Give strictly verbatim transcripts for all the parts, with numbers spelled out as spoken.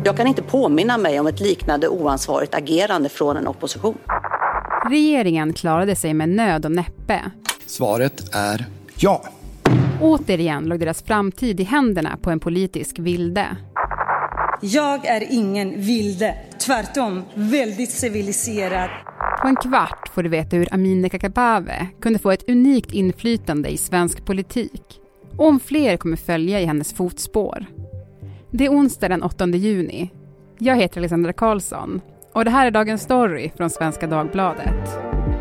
Jag kan inte påminna mig om ett liknande oansvarigt agerande från en opposition. Regeringen klarade sig med nöd och näppe. Svaret är ja. Återigen låg deras framtid i händerna på en politisk vilde. Jag är ingen vilde, tvärtom väldigt civiliserad. På en kvart får du veta hur Amineh Kakabaveh kunde få ett unikt inflytande i svensk politik. Och om fler kommer följa i hennes fotspår. Det är onsdag den åttonde juni. Jag heter Alexandra Karlsson och det här är dagens story från Svenska Dagbladet.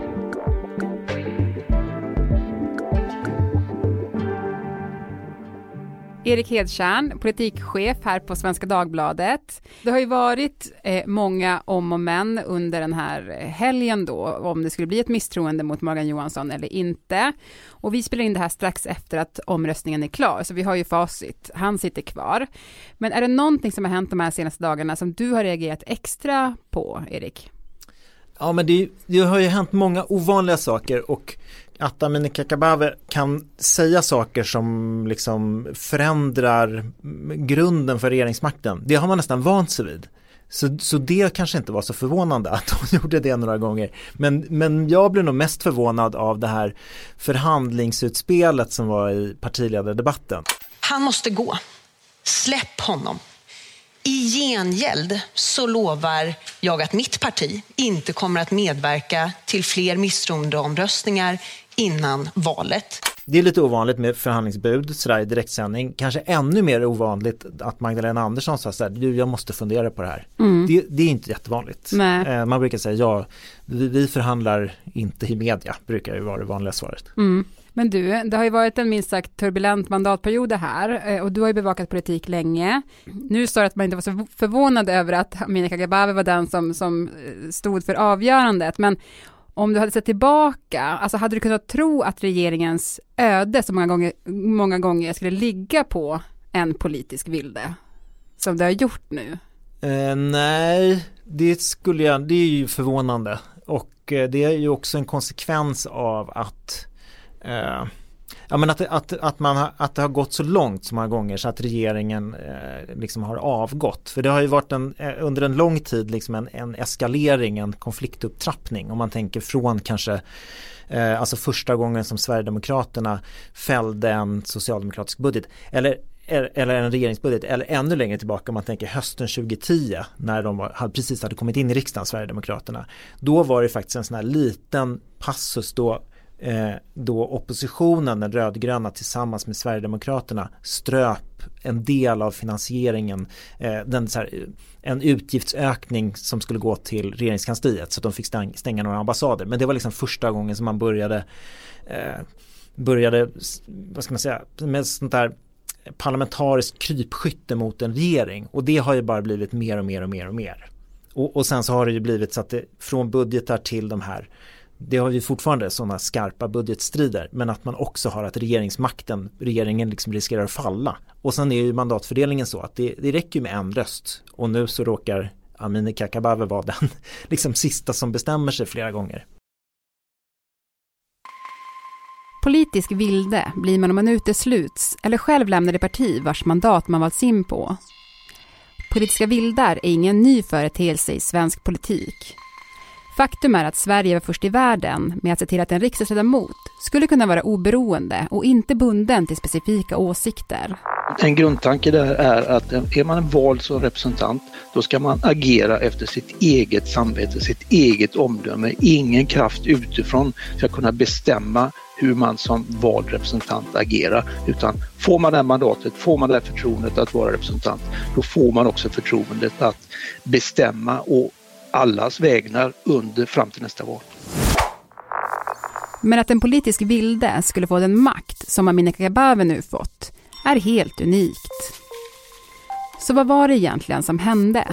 Erik Hedtjärn, politikchef här på Svenska Dagbladet. Det har ju varit eh, många om och men under den här helgen då, om det skulle bli ett misstroende mot Morgan Johansson eller inte. Och vi spelar in det här strax efter att omröstningen är klar, så vi har ju facit. Han sitter kvar. Men är det någonting som har hänt de här senaste dagarna som du har reagerat extra på, Erik? Ja, men det, det har ju hänt många ovanliga saker och att Amineh Kakabaveh kan säga saker som liksom förändrar grunden för regeringsmakten. Det har man nästan vant sig vid. Så, så det kanske inte var så förvånande att hon gjorde det några gånger. Men, men jag blev nog mest förvånad av det här förhandlingsutspelet som var i partiledardebatten. Han måste gå. Släpp honom. I gengäld så lovar jag att mitt parti inte kommer att medverka till fler misstroendeomröstningar innan valet. Det är lite ovanligt med förhandlingsbud sådär i direktsändning. Kanske ännu mer ovanligt att Magdalena Andersson sa såhär, du, jag måste fundera på det här. Mm. Det, det är inte jättevanligt. Nej. Man brukar säga, ja, vi, vi förhandlar inte i media, brukar ju vara det vanliga svaret. Mm. Men du, det har ju varit en minst sagt turbulent mandatperiod här och du har ju bevakat politik länge. Nu står det att man inte var så förvånad över att Amineh Kakabaveh var den som, som stod för avgörandet. Men om du hade sett tillbaka, alltså hade du kunnat tro att regeringens öde så många gånger, många gånger skulle ligga på en politisk vilde som det har gjort nu? Eh, nej, det skulle jag, det är ju förvånande. Och eh, det är ju också en konsekvens av att Uh, ja, men att, att, att, man har, att det har gått så långt så många gånger så att regeringen uh, liksom har avgått. För det har ju varit en, uh, under en lång tid liksom en, en eskalering, en konfliktupptrappning. Om man tänker från kanske uh, alltså första gången som Sverigedemokraterna fällde en socialdemokratisk budget. Eller eller en regeringsbudget, eller ännu längre tillbaka om man tänker hösten tjugohundratio när de var, hade, precis hade kommit in i riksdagen, Sverigedemokraterna. Då var det faktiskt en sån här liten passus då Eh, då oppositionen, den rödgröna tillsammans med Sverigedemokraterna ströp en del av finansieringen, eh, den, så här, en utgiftsökning som skulle gå till regeringskansliet så att de fick stäng, stänga några ambassader. Men det var liksom första gången som man började eh, började, vad ska man säga, med sånt där parlamentariskt krypskytte mot en regering, och det har ju bara blivit mer och mer och mer och mer. Och, och sen så har det ju blivit så att det, från budgetar till de här, det har ju fortfarande sådana skarpa budgetstrider, men att man också har att regeringsmakten, regeringen liksom riskerar att falla. Och sen är ju mandatfördelningen så att det, det räcker med en röst, och nu så råkar Amineh Kakabaveh vara den liksom sista som bestämmer sig flera gånger. Politisk vilde blir man om man utesluts eller själv lämnar det parti vars mandat man valts in på. Politiska vildar är ingen ny företeelse i svensk politik. Faktum är att Sverige var först i världen med att se till att en riksdagsledamot skulle kunna vara oberoende och inte bunden till specifika åsikter. En grundtanke där är att är man en vald som representant, då ska man agera efter sitt eget samvete, sitt eget omdöme. Ingen kraft utifrån ska kunna bestämma hur man som vald representant agerar, utan får man det här mandatet, får man det här förtroendet att vara representant, då får man också förtroendet att bestämma och allas vägnar under fram till nästa val. Men att en politisk vilde skulle få den makt som Amineh Kakabaveh nu fått är helt unikt. Så vad var det egentligen som hände?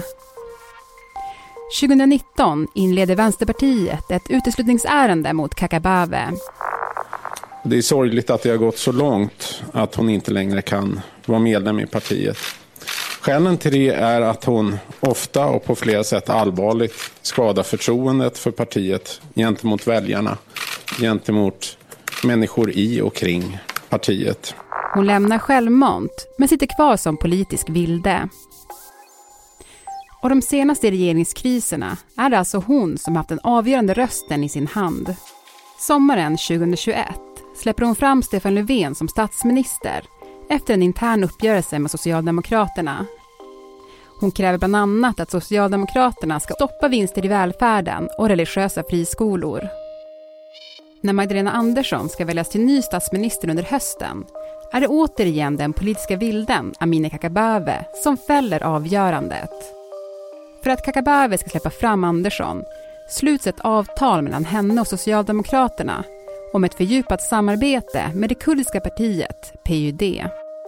tjugonitton inledde Vänsterpartiet ett uteslutningsärende mot Kakabaveh. Det är sorgligt att det har gått så långt att hon inte längre kan vara medlem i partiet. Skälen till det är att hon ofta och på flera sätt allvarligt skadar förtroendet för partiet gentemot väljarna, gentemot människor i och kring partiet. Hon lämnar självmant men sitter kvar som politisk vilde. Och de senaste regeringskriserna är det alltså hon som haft den avgörande rösten i sin hand. Sommaren tjugohundratjugoett släpper hon fram Stefan Löfven som statsminister efter en intern uppgörelse med Socialdemokraterna. Hon kräver bland annat att Socialdemokraterna ska stoppa vinster i välfärden och religiösa friskolor. När Magdalena Andersson ska väljas till ny statsminister under hösten är det återigen den politiska vilden Amineh Kakabaveh som fäller avgörandet. För att Kakabaveh ska släppa fram Andersson sluts ett avtal mellan henne och Socialdemokraterna om ett fördjupat samarbete med det kurdiska partiet P Y D.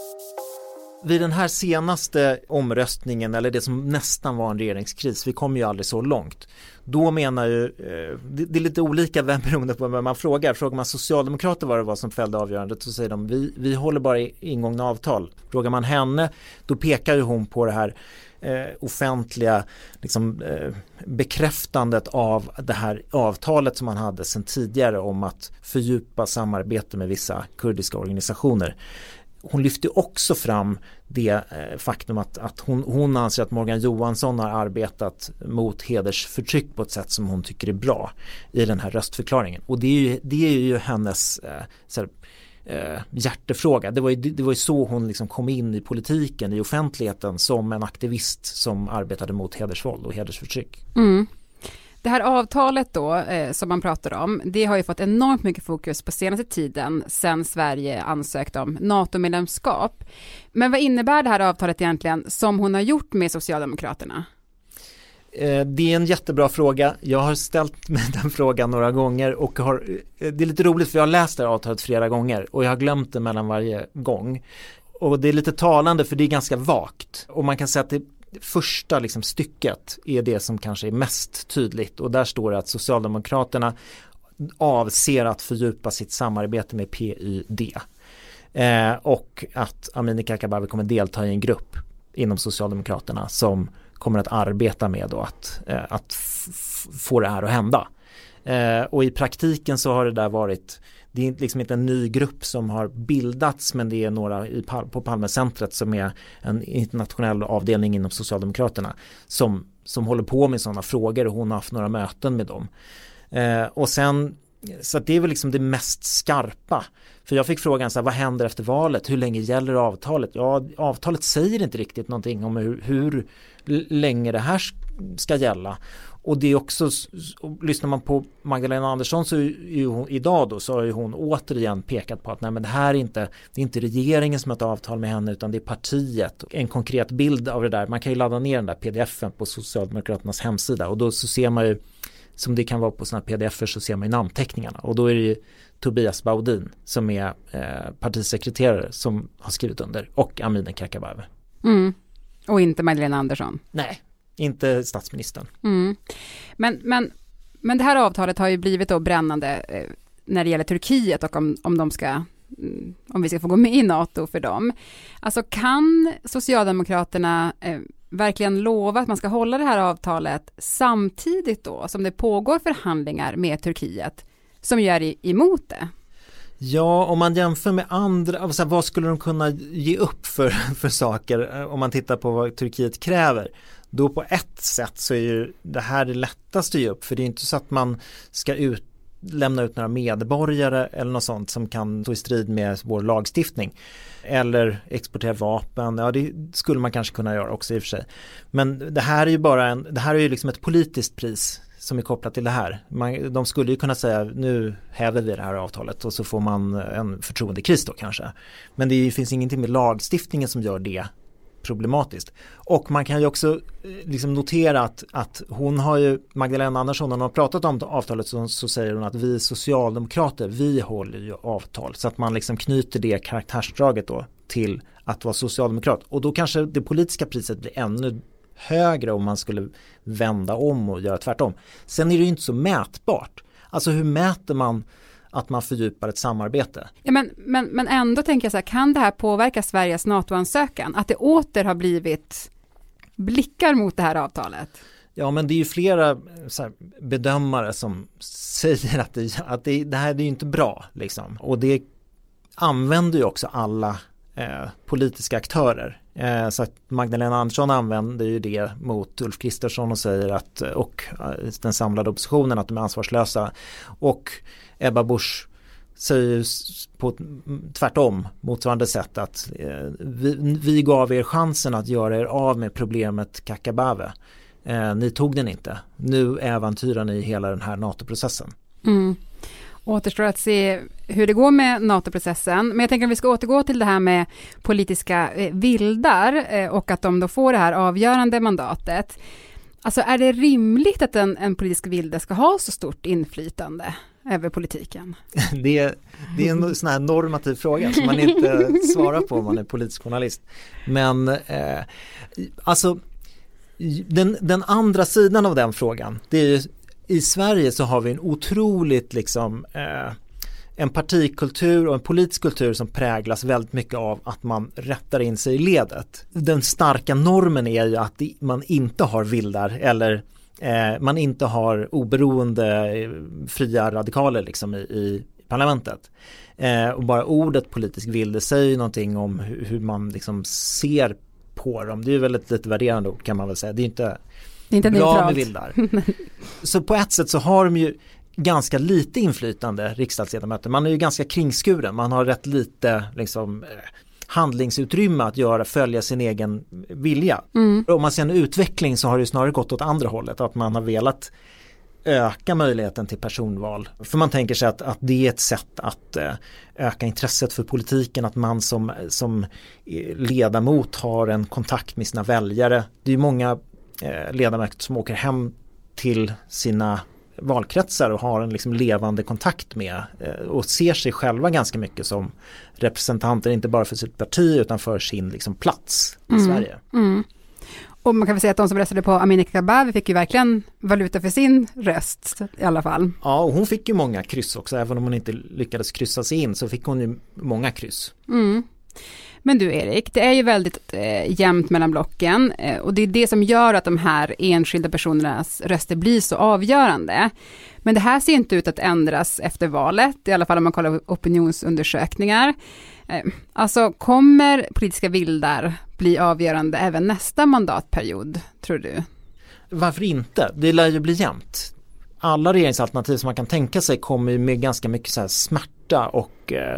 Vid den här senaste omröstningen, eller det som nästan var en regeringskris, vi kom ju aldrig så långt. Då menar ju, eh, det, det är lite olika vem beroende på vem man frågar. Frågar man socialdemokrater vad det var som fällde avgörandet, så säger de vi, vi håller bara i ingångna avtal. Frågar man henne, då pekar ju hon på det här eh, offentliga liksom, eh, bekräftandet av det här avtalet som man hade sedan tidigare om att fördjupa samarbete med vissa kurdiska organisationer. Hon lyfter också fram det eh, faktum att, att hon, hon anser att Morgan Johansson har arbetat mot hedersförtryck på ett sätt som hon tycker är bra i den här röstförklaringen. Och det är ju, det är ju hennes eh, så här, eh, hjärtefråga. Det var ju, det var ju så hon liksom kom in i politiken, i offentligheten, som en aktivist som arbetade mot hedersvåld och hedersförtryck. Mm. Det här avtalet då eh, som man pratar om, det har ju fått enormt mycket fokus på senaste tiden sedan Sverige ansökt om NATO-medlemskap. Men vad innebär det här avtalet egentligen som hon har gjort med Socialdemokraterna? Eh, det är en jättebra fråga. Jag har ställt mig den frågan några gånger och har, eh, det är lite roligt för jag har läst det här avtalet flera gånger och jag har glömt det mellan varje gång. Och det är lite talande för det är ganska vagt. Och man kan säga att det första liksom stycket är det som kanske är mest tydligt, och där står det att Socialdemokraterna avser att fördjupa sitt samarbete med P Y D eh, och att Amineh Kakabaveh kommer delta i en grupp inom Socialdemokraterna som kommer att arbeta med då att, eh, att f- få det här att hända. Eh, och i praktiken så har det där varit, det är liksom inte en ny grupp som har bildats, men det är några i, på Palmecentret som är en internationell avdelning inom Socialdemokraterna som, som håller på med sådana frågor, och hon har haft några möten med dem. Eh, och sen, så att det är väl liksom det mest skarpa. För jag fick frågan så här, vad händer efter valet? Hur länge gäller avtalet? Ja, avtalet säger inte riktigt någonting om hur, hur länge det här ska gälla. Och det är också, lyssnar man på Magdalena Andersson så är ju hon, idag då så har ju hon återigen pekat på att nej, men det här är inte, det är inte regeringen som har ett avtal med henne, utan det är partiet. En konkret bild av det där, man kan ju ladda ner den där pdf-en på Socialdemokraternas hemsida, och då så ser man ju, som det kan vara på sådana pdf-er, så ser man ju namnteckningarna, och då är det ju Tobias Baudin som är eh, partisekreterare som har skrivit under, och Amineh Kakabaveh. Mm. Och inte Magdalena Andersson. Nej, inte statsministern. Mm. Men, men, men det här avtalet har ju blivit då brännande eh, när det gäller Turkiet och om, om de ska mm, om vi ska få gå med i NATO för dem. Alltså kan Socialdemokraterna eh, verkligen lova att man ska hålla det här avtalet samtidigt då som det pågår förhandlingar med Turkiet som gör emot det? Ja, om man jämför med andra, alltså vad skulle de kunna ge upp för, för saker om man tittar på vad Turkiet kräver? Då på ett sätt så är ju det här det lättaste att ge upp, för det är inte så att man ska ut, lämna ut några medborgare eller något sånt som kan stå i strid med vår lagstiftning. Eller exportera vapen, ja det skulle man kanske kunna göra också i och för sig. Men det här är ju bara en, det här är ju liksom ett politiskt pris som är kopplat till det här. Man, de skulle ju kunna säga nu häver vi det här avtalet och så får man en förtroendekris då kanske. Men det finns ingenting med lagstiftningen som gör det problematiskt. Och man kan ju också liksom notera att, att hon har ju, Magdalena Andersson, när hon har pratat om avtalet så, så säger hon att vi socialdemokrater, vi håller ju avtal. Så att man liksom knyter det karaktärsdraget då till att vara socialdemokrat. Och då kanske det politiska priset blir ännu högre om man skulle vända om och göra tvärtom. Sen är det ju inte så mätbart. Alltså hur mäter man att man fördjupar ett samarbete? Ja, men, men, men ändå tänker jag så här, kan det här påverka Sveriges NATO-ansökan? Att det åter har blivit blickar mot det här avtalet? Ja, men det är ju flera så här, bedömare som säger att, det, att det, det här är ju inte bra. Liksom. Och det använder ju också alla eh, politiska aktörer. Eh, så att Magdalena Andersson använder ju det mot Ulf Kristersson och säger att, och eh, den samlade oppositionen, att de är ansvarslösa. Och Ebba Busch säger på tvärtom motsvarande sätt att eh, vi, vi gav er chansen att göra er av med problemet Kakabaveh. Eh, ni tog den inte. Nu äventyrar ni hela den här NATO-processen. Mm. Återstår att se hur det går med NATO-processen. Men jag tänker att vi ska återgå till det här med politiska eh, vildar eh, och att de då får det här avgörande mandatet. Alltså är det rimligt att en, en politisk vilde ska ha så stort inflytande över politiken? Det är, det är en sån här normativ fråga som man inte svarar på om man är politisk journalist. Men eh, alltså den, den andra sidan av den frågan, det är ju, i Sverige så har vi en otroligt liksom eh, en partikultur och en politisk kultur som präglas väldigt mycket av att man rättar in sig i ledet. Den starka normen är ju att man inte har vildar eller eh, man inte har oberoende fria radikaler liksom i, i parlamentet. Eh, och bara ordet politisk vilde säger någonting om hur, hur man liksom ser på dem. Det är ju väldigt lite värderande ord kan man väl säga. Det är inte, det är inte bra neutralt. med vildar. Så på ett sätt så har de ju ganska lite inflytande riksdagsledamöter. Man är ju ganska kringskuren. Man har rätt lite liksom, handlingsutrymme att göra, följa sin egen vilja. Mm. Om man ser en utveckling så har det snarare gått åt andra hållet. Att man har velat öka möjligheten till personval. För man tänker sig att, att det är ett sätt att eh, öka intresset för politiken. Att man som, som ledamot har en kontakt med sina väljare. Det är ju många eh, ledamöter som åker hem till sina valkretsar och har en liksom levande kontakt med eh, och ser sig själva ganska mycket som representanter, inte bara för sitt parti utan för sin liksom, plats i mm. Sverige. Mm. Och man kan väl säga att de som röstade på Amineh Kakabaveh fick ju verkligen valuta för sin röst i alla fall. Ja, och hon fick ju många kryss också. Även om hon inte lyckades kryssa sig in så fick hon ju många kryss. Mm. Men du Erik, det är ju väldigt eh, jämnt mellan blocken eh, och det är det som gör att de här enskilda personernas röster blir så avgörande. Men det här ser inte ut att ändras efter valet, i alla fall om man kollar på opinionsundersökningar. Eh, alltså kommer politiska vildar bli avgörande även nästa mandatperiod, tror du? Varför inte? Det lär ju bli jämnt. Alla regeringsalternativ som man kan tänka sig kommer ju med ganska mycket så här smärta och eh,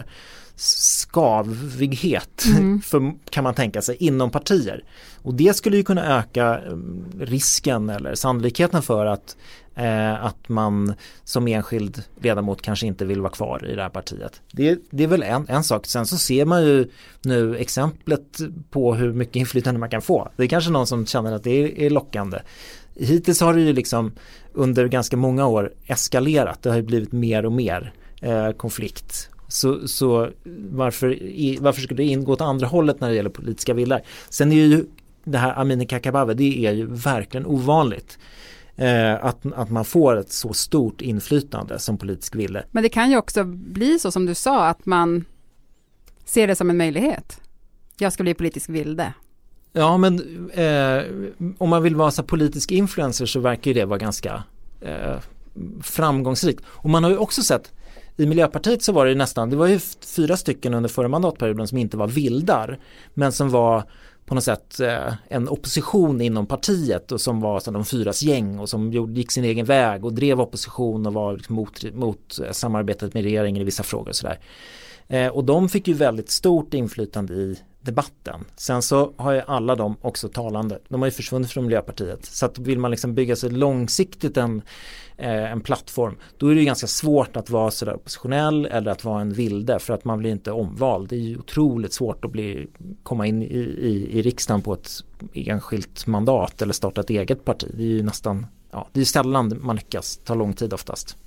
skavighet mm. för, kan man tänka sig inom partier. Och det skulle ju kunna öka risken eller sannolikheten för att, eh, att man som enskild ledamot kanske inte vill vara kvar i det här partiet. Det, det är väl en, en sak. Sen så ser man ju nu exemplet på hur mycket inflytande man kan få. Det är kanske någon som känner att det är, är lockande. Hittills har det ju liksom under ganska många år eskalerat. Det har ju blivit mer och mer eh, konflikt. Så, så varför, varför skulle det ingå åt andra hållet när det gäller politiska vildar? Sen är ju det här Amineh Kakabaveh, det är ju verkligen ovanligt eh, att, att man får ett så stort inflytande som politisk vilde. Men det kan ju också bli så som du sa, att man ser det som en möjlighet. Jag ska bli politisk vilde. Ja, men eh, om man vill vara så politisk influencer så verkar ju det vara ganska eh, framgångsrikt. Och man har ju också sett i Miljöpartiet så var det nästan, det var ju fyra stycken under förra mandatperioden som inte var vildar, men som var på något sätt eh, en opposition inom partiet och som var så de fyras gäng och som gjorde, gick sin egen väg och drev opposition och var liksom mot, mot eh, samarbetet med regeringen i vissa frågor och sådär. Eh, och de fick ju väldigt stort inflytande i debatten. Sen så har ju alla de också talande. De har ju försvunnit från Miljöpartiet. Så att vill man liksom bygga sig långsiktigt en, eh, en plattform, då är det ju ganska svårt att vara sådär oppositionell eller att vara en vilde, för att man blir inte omvald. Det är ju otroligt svårt att bli, komma in i, i, i riksdagen på ett enskilt mandat eller starta ett eget parti. Det är ju nästan, ja, det är sällan man lyckas. Det tar lång tid oftast.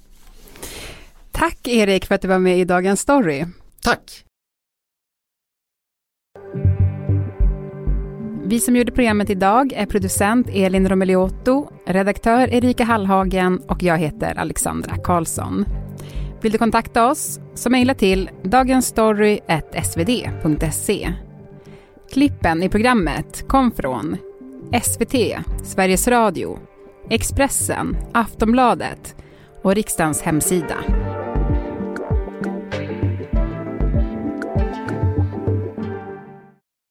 Tack Erik för att du var med i Dagens Story. Tack! Vi som gjorde programmet idag är producent Elin Romeliotto, redaktör Erika Hallhagen och jag heter Alexandra Karlsson. Vill du kontakta oss så mejla till dagensstory at s v d punkt se. Klippen i programmet kom från S V T, Sveriges Radio, Expressen, Aftonbladet och Riksdagens hemsida.